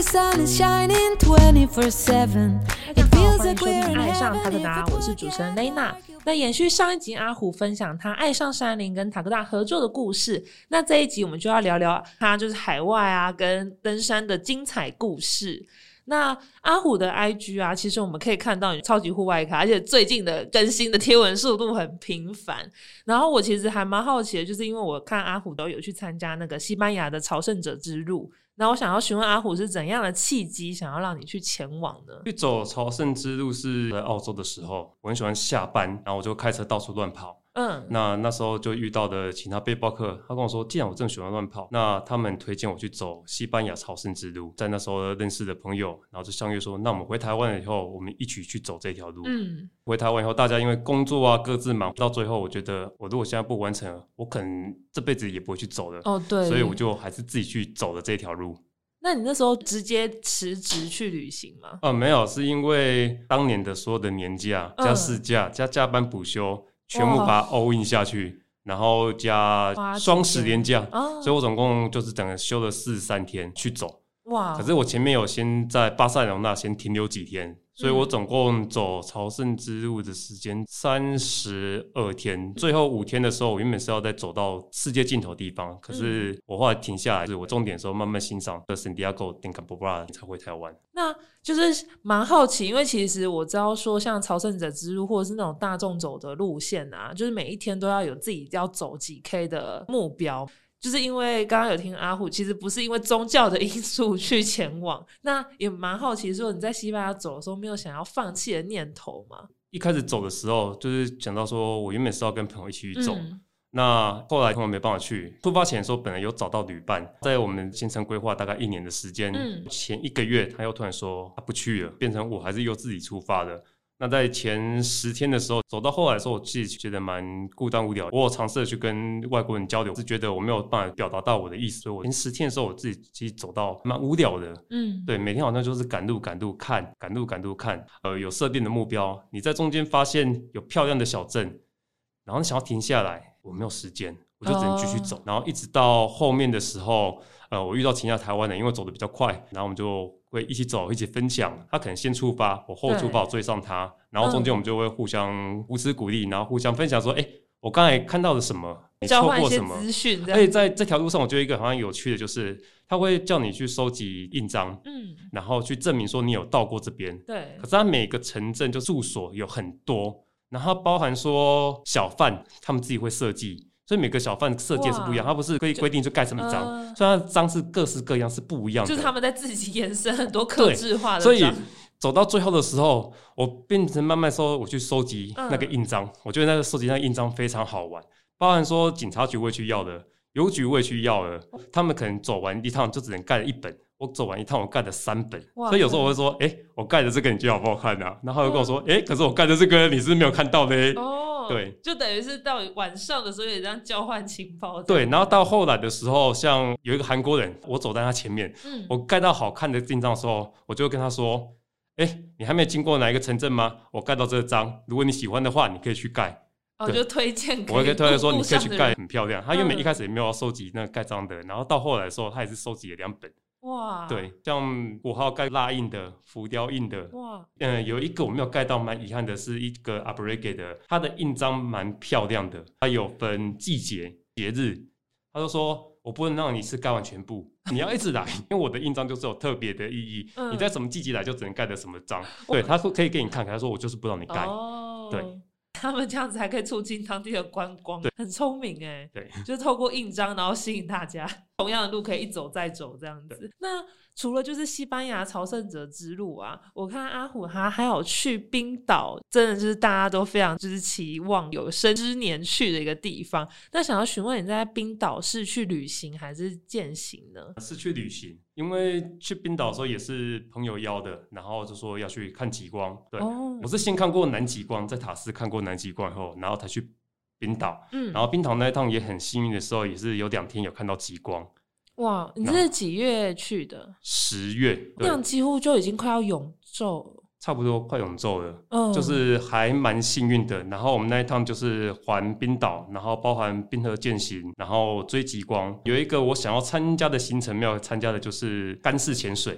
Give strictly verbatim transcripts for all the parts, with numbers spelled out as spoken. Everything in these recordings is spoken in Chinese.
the sun is shining twenty-four seven。 大家好，欢迎收听爱上塔克达，我是主持人 Lena。 那延续上一集阿虎分享他爱上山林跟塔克达合作的故事，那这一集我们就要聊聊他就是海外啊跟登山的精彩故事。那阿虎的 I G 啊，其实我们可以看到你超级户外咖，而且最近的更新的贴文速度很频繁。然后我其实还蛮好奇的，就是因为我看阿虎都有去参加那个西班牙的朝圣者之路，然后我想要询问阿虎是怎样的契机想要让你去前往呢？ 去走朝圣之路是在澳洲的时候，我很喜欢下班，然后我就开车到处乱跑。嗯，那那时候就遇到的其他背包客，他跟我说，既然我这么喜欢乱跑，那他们推荐我去走西班牙朝圣之路。在那时候认识的朋友，然后就相约说，那我们回台湾了以后，我们一起去走这条路。嗯，回台湾以后，大家因为工作啊各自忙，到最后我觉得我如果现在不完成，我可能这辈子也不会去走了。 哦，对， 所以我就还是自己去走了这条路。 那你那时候直接辞职去旅行吗？ 呃，没有，是因为当年的所有的年假加事假、嗯、加加班补休全部把它 all in 下去，然后加双十连假、哦、所以我总共就是整个休了四十三天去走。哇！可是我前面有先在巴塞隆纳先停留几天，所以我总共走朝圣之路的时间三十二天，最后五天的时候我原本是要再走到世界尽头的地方，可是我后来停下来，就是我重点的时候慢慢欣赏的 Santiago de Compostela 才回台湾。 那就是蛮好奇，因为其实我知道说像朝圣者之路或者是那种大众走的路线啊，就是每一天都要有自己要走几 K 的目标，就是因为刚刚有听阿虎其实不是因为宗教的因素去前往，那也蛮好奇说你在西班牙走的时候没有想要放弃的念头吗？ 一开始走的时候就是讲到说我原本是要跟朋友一起去走、嗯、那后来朋友没办法去，出发前的时候本来有找到旅伴，在我们行程规划大概一年的时间、嗯、前一个月他又突然说他不去了，变成我还是又自己出发的。那在前十天的时候，走到后来的时候，我自己觉得蛮孤单无聊。我有尝试去跟外国人交流，是觉得我没有办法表达到我的意思，所以我前十天的时候，我自己其实走到蛮无聊的。嗯，对，每天好像就是赶路、赶路看，赶路、赶路看。呃，有设定的目标，你在中间发现有漂亮的小镇，然后你想要停下来，我没有时间，我就只能继续走。Oh. 然后一直到后面的时候，呃，我遇到其他台湾人，因为走得比较快，然后我们就会一起走，一起分享。他可能先出发，我后出发，我追上他，然后中间我们就会互相互持鼓励，然后互相分享说：“哎、欸，我刚才看到了什么？你错过什么？”交换一些资讯。而且在这条路上，我觉得一个好像有趣的就是，他会叫你去收集印章，嗯，然后去证明说你有到过这边。对。可是他每个城镇就住所有很多，然后包含说小贩他们自己会设计。所以每个小贩设计是不一样，他不是规规定就盖什么章、呃，所以它的章是各式各样，是不一样的。 就是他们在自己延伸很多客制化的章。 所以走到最后的时候，我变成慢慢说，我去收集那个印章、嗯。我觉得那个收集那个印章非常好玩，包含说警察局我也去要的，邮局我也去要了。他们可能走完一趟就只能盖了一本，我走完一趟我盖了三本。所以有时候我会说，哎、欸，我盖的这个你觉得好不好看啊？然后他会跟我说，哎、欸，可是我盖的这个你是不是没有看到的、欸。哦对， 就等于是到晚上的时候也这样交换情报。 对，然后到后来的时候，像有一个韩国人，我走在他前面，嗯、我盖到好看的印章的时候，我就会跟他说：“哎、欸，你还没有经过哪一个城镇吗？我盖到这个章，如果你喜欢的话，你可以去盖。” 哦，就推荐给我会推荐说你可以去盖，很漂亮。他原本一开始也没有要收集那个盖章的、嗯，然后到后来的时候，他也是收集了两本。哇，对，像我还有盖蜡印的、浮雕印的，哇，嗯，有一个我没有盖到，蛮遗憾的，是一个 Abrege 的，它的印章蛮漂亮的，它有分季节、节日，他就说我不能让你是盖完全部，你要一直来，因为我的印章就是有特别的意义、嗯，你在什么季节来就只能盖的什么章，对，他说可以给你看，他说我就是不让你盖，哦、对。 他们这样子还可以促进当地的观光，很聪明哎，对，就是透过印章然后吸引大家，同样的路可以一走再走这样子。那除了就是西班牙朝圣者之路啊，我看阿虎他还有去冰岛，真的就是大家都非常就是期望有生之年去的一个地方。那想要询问你在冰岛是去旅行还是健行呢？ 是去旅行，因为去冰岛的时候也是朋友邀的，然后就说要去看极光。对、哦，我是先看过南极光，在塔斯看过南极光后，然后才去冰岛。嗯，然后冰岛那一趟也很幸运的时候，也是有两天有看到极光。 哇，你这是几月去的？ 十月， 那样几乎就已经快要永昼了， 差不多快永昼了、嗯，就是还蛮幸运的。然后我们那一趟就是环冰岛，然后包含冰河健行，然后追极光。有一个我想要参加的行程没有参加的，就是干式潜水。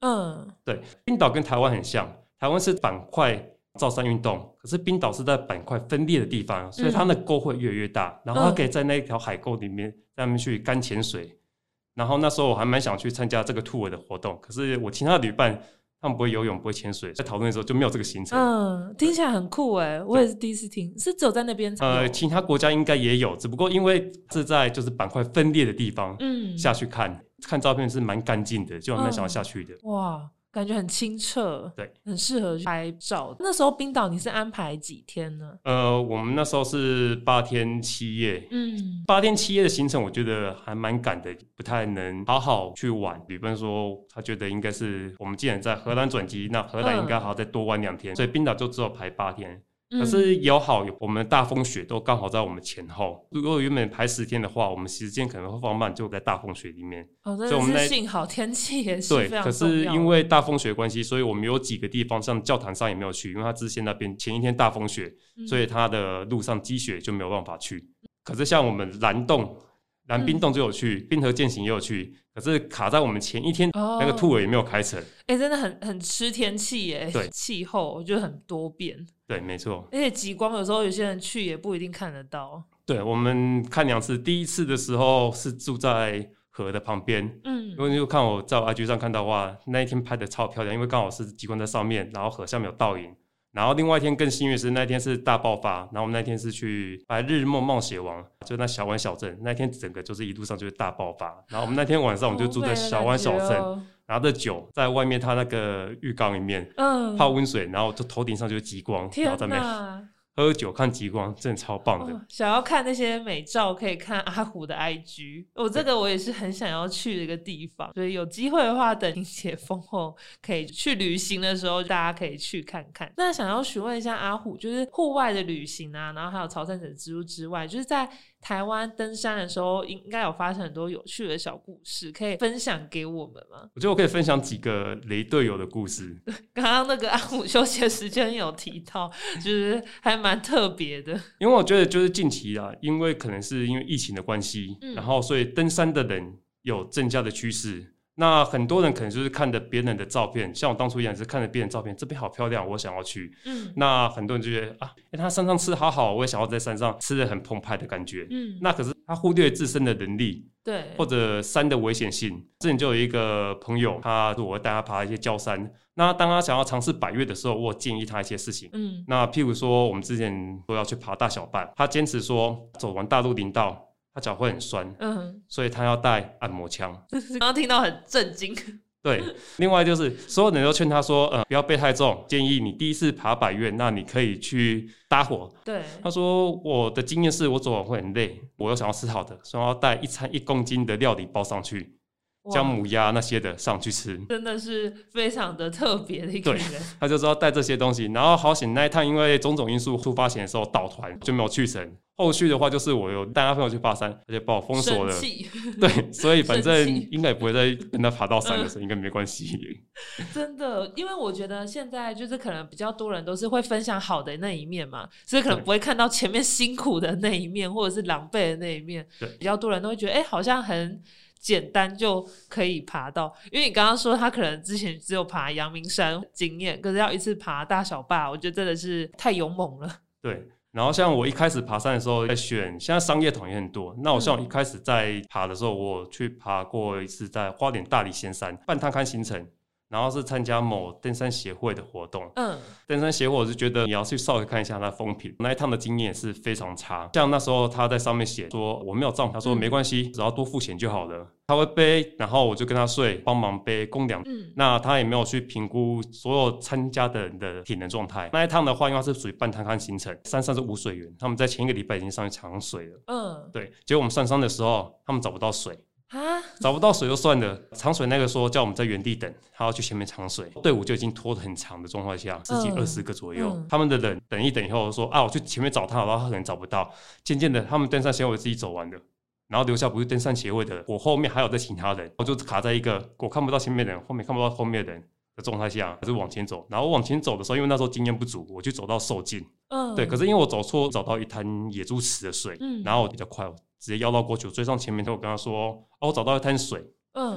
嗯， 对，冰岛跟台湾很像，台湾是板块造山运动，可是冰岛是在板块分裂的地方，所以它的沟会越来越大，嗯、然后它可以在那一条海沟里面在那边去干潜水。然后那时候我还蛮想去参加这个 tour 的活动，可是我其他的旅伴他们不会游泳不会潜水，在讨论的时候就没有这个行程。 嗯，听起来很酷耶，我也是第一次听，是只有在那边才有？ 呃，其他国家应该也有，只不过因为是在就是板块分裂的地方嗯下去看，看照片是蛮干净的，就蛮想要下去的。 嗯、哇，感觉很清澈， 对， 很适合拍照。那时候冰岛你是安排几天呢？ 呃，我们那时候是八天七夜，嗯，八天七夜的行程我觉得还蛮赶的，不太能好好去玩。旅伴说他觉得应该是我们既然在荷兰转机，那荷兰应该还要再多玩两天，嗯、所以冰岛就只有排八天。可是有好，我们的大风雪都刚好在我们前后。如果原本排十天的话，我们时间可能会放慢，就在大风雪里面。 哦，真的是幸好天气也是非常重要。 对，可是因为大风雪关系，所以我们有几个地方，像教堂上也没有去，因为它支线那边前一天大风雪，嗯、所以它的路上积雪就没有办法去。可是像我们蓝洞、蓝冰洞就有去，嗯、冰河践行也有去，可是卡在我们前一天，哦、那个 tour 也没有开成。 哎、欸，真的很很吃天气耶，对，气候我觉得很多变。 对，没错。 而且极光有时候有些人去也不一定看得到。 对，我们看两次，第一次的时候是住在河的旁边，嗯，如果你就看我在我 I G 上看到的话，那一天拍的超漂亮，因为刚好是极光在上面，然后河下面有倒影。然后另外一天更幸运是那一天是大爆发，然后我们那天是去白日梦冒险王，就那小湾小镇，那天整个就是一路上就是大爆发。然后我们那天晚上我们就住在小湾小镇。哦，拿着酒在外面，他那个浴缸里面，嗯，泡温水，然后就头顶上就是极光，然后在那边喝酒看极光，真的超棒的。 哦、想要看那些美照，可以看阿虎的 I G。我、哦、这个我也是很想要去的一个地方，所以有机会的话，等解封后可以去旅行的时候，大家可以去看看。那想要询问一下阿虎，就是户外的旅行啊，然后还有朝圣者之路之外，就是在台湾登山的时候，应该有发生很多有趣的小故事，可以分享给我们吗？ 我觉得我可以分享几个雷队友的故事。 刚刚那个阿虎休息的时间有提到，就是还蛮特别的。 因为我觉得就是近期啊，因为可能是因为疫情的关系，嗯、然后所以登山的人有增加的趋势。那很多人可能就是看着别人的照片，像我当初一样是看着别人的照片，这边好漂亮，我想要去。嗯，那很多人就觉得啊，欸、他山上吃好好，我也想要在山上吃得很澎湃的感觉。嗯，那可是他忽略自身的能力，对，或者山的危险性。之前就有一个朋友，他说我会带他爬一些郊山。那当他想要尝试百岳的时候，我有建议他一些事情。嗯，那譬如说，我们之前说要去爬大小半，他坚持说走完大陆林道，他脚会很酸，嗯，所以他要带按摩枪。 刚刚听到很震惊。 对，另外就是所有人都劝他说，呃，不要背太重，建议你第一次爬百岳，那你可以去搭伙。 对， 他说我的经验是我走完会很累，我又想要吃好的，所以要带一餐一公斤的料理包上去。姜母鸭那些的上去吃， 真的是非常的特别的一个人。 他就知道带这些东西，然后好险那一趟因为种种因素出发前的时候倒团就没有去成。后续的话就是我有带他朋友去爬山，而且把我封锁了。对，所以反正应该也不会再跟他爬到山的时候，应该没关系。 真的，因为我觉得现在就是可能比较多人都是会分享好的那一面嘛，所以可能不会看到前面辛苦的那一面或者是狼狈的那一面。对，比较多人都会觉得，哎、欸，好像很简单就可以爬到。因为你刚刚说他可能之前只有爬阳明山经验，可是要一次爬大小坝，我觉得真的是太勇猛了。 对。然后像我一开始爬山的时候在选，现在商业团也很多。那我像我一开始在爬的时候，我去爬过一次在花莲大理仙山半探勘行程，然后是参加某登山协会的活动。嗯，登山协会我是觉得你要去稍微看一下它的风评，那一趟的经验也是非常差。像那时候他在上面写说我没有帐篷，他说没关系，只要多付钱就好了。他会背，然后我就跟他睡，帮忙背公粮。嗯，那他也没有去评估所有参加的人的体能状态。那一趟的话，因为它是属于半探勘行程，山上是无水源，他们在前一个礼拜已经上去抢水了。嗯，对，结果我们上山的时候，他们找不到水。啊，找不到水就算了，抢水那个说叫我们在原地等，他要去前面抢水，队伍就已经拖得很长的状况下，十几二十个左右。嗯、他们的人等一等以后说啊，我去前面找他，然后他可能找不到。渐渐的，他们登山协会自己走完了。然后留下不是登山协会的人，我后面还有在其他人，我就卡在一个我看不到前面的人，后面看不到后面的人的状态下，还是往前走。然后往前走的时候，因为那时候经验不足，我就走到受尽。嗯，对。可是因为我走错，找到一滩野猪池的水，嗯，然后我比较快，我直接绕到过去，我追上前面，我跟他说：“哦，我找到一滩水。”嗯，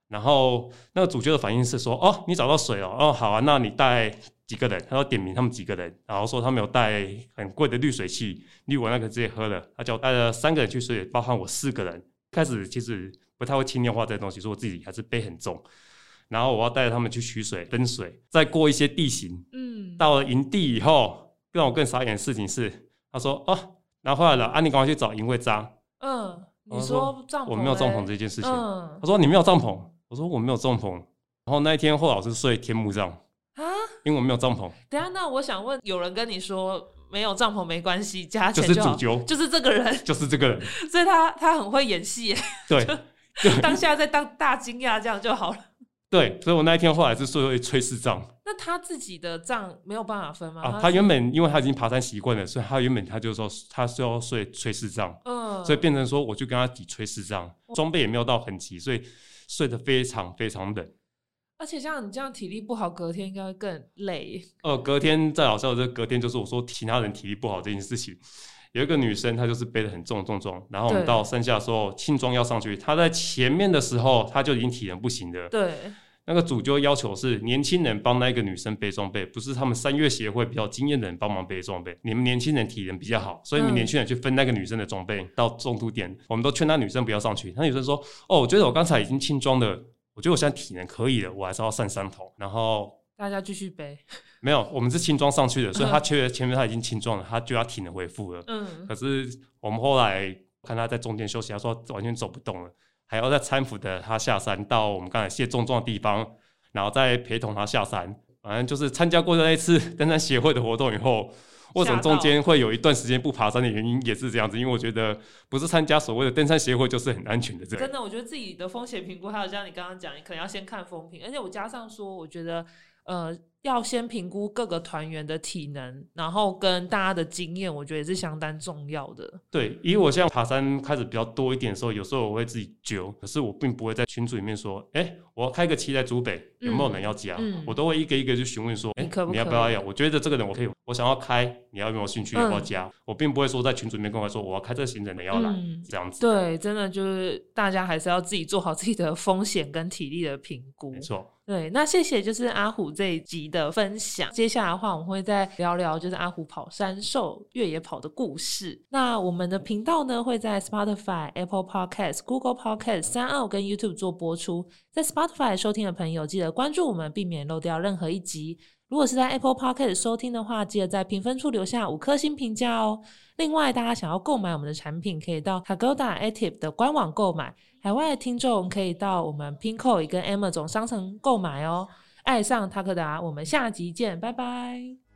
然后那个主角的反应是说，哦，你找到水了，哦，好啊，那你带几个人？他说点名他们几个人，然后说他们有带很贵的滤水器，滤完那个直接喝了。他叫我带了三个人去水，包含我四个人。开始其实不太会轻量化这些东西，所以我自己还是背很重。然后我要带着他们去取水、登水，再过一些地形。嗯，到了营地以后，让我更傻眼的事情是，他说，哦，拿回来了，啊，你赶快去找营位扎。 嗯，你说帐篷、欸？ 我没有帐篷这件事情。嗯、他说你没有帐篷。我说我没有帐篷，然后那一天霍老师睡天幕上啊，因为我没有帐篷。 等一下，那我想问，有人跟你说没有帐篷没关系，加钱就好，就是主角， 就是这个人， 就是这个人， 所以他他很会演戏耶， 对， 当下在当大惊讶这样就好了。 对，所以我那一天后来是睡炊事帐。 那他自己的帐没有办法分吗？ 啊，他原本因为他已经爬山习惯了，所以他原本他就说他是要睡炊事帐，嗯，所以变成说我就跟他抵炊事帐，装备也没有到很齐，所以睡得非常非常冷。 而且像你这样体力不好，隔天应该会更累。 呃，隔天再好笑的，隔天就是我说其他人体力不好这件事情。有一个女生，她就是背得很重重重，然后我们到山下的时候，轻装要上去，她在前面的时候，她就已经体能不行了。 对， 那个主就要求是年轻人帮那个女生背装备，不是他们山岳协会比较经验的人帮忙背装备。你们年轻人体能比较好，所以你们年轻人去分那个女生的装备、嗯、到中途点，我们都劝那女生不要上去。那女生说：“哦，我觉得我刚才已经轻装了，我觉得我现在体能可以了，我还是要上山头。”然后大家继续背。 没有，我们是轻装上去的，所以他觉得前面他已经轻装了，他就要体能恢复了。嗯，可是我们后来看他在中间休息，他说完全走不动了，还要再搀扶的他下山到我们刚才卸重装的地方，然后再陪同他下山。反正就是参加过那一次登山协会的活动以后，为什么中间会有一段时间不爬山的原因也是这样子，因为我觉得不是参加所谓的登山协会就是很安全的这样。 真的，我觉得自己的风险评估还有像你刚刚讲，你可能要先看风评，而且我加上说，我觉得呃。要先评估各个团员的体能，然后跟大家的经验，我觉得也是相当重要的。 对，以我现在爬山开始比较多一点的时候，有时候我会自己揪，可是我并不会在群组里面说，哎、欸，我要开个期在竹北，有没有人要加？嗯、我都会一个一个去询问说，哎、欸，你, 可不可以你要不要要？我觉得这个人我可以，我想要开，你要有没有兴趣？要不要加？嗯、我并不会说在群组里面跟我说，我要开这个行程，你要来、嗯、这样子。 对，真的就是大家还是要自己做好自己的风险跟体力的评估。 没错。 对，那谢谢就是阿虎这一集的分享。接下来的话，我们会再聊聊就是阿虎跑山兽、越野跑的故事。那我们的频道呢会在 Spotify、Apple Podcast、Google Podcast、三二跟 YouTube 做播出。在 Spotify 收听的朋友，记得关注我们，避免漏掉任何一集。如果是在 Apple Podcast 收听的话，记得在评分处留下五颗星评价哦。另外，大家想要购买我们的产品，可以到 Hagoda Active 的官网购买。海外的听众可以到我们 Pinkoi 跟 Amazon 商城购买哦。爱上塔克达，我们下集见，拜拜。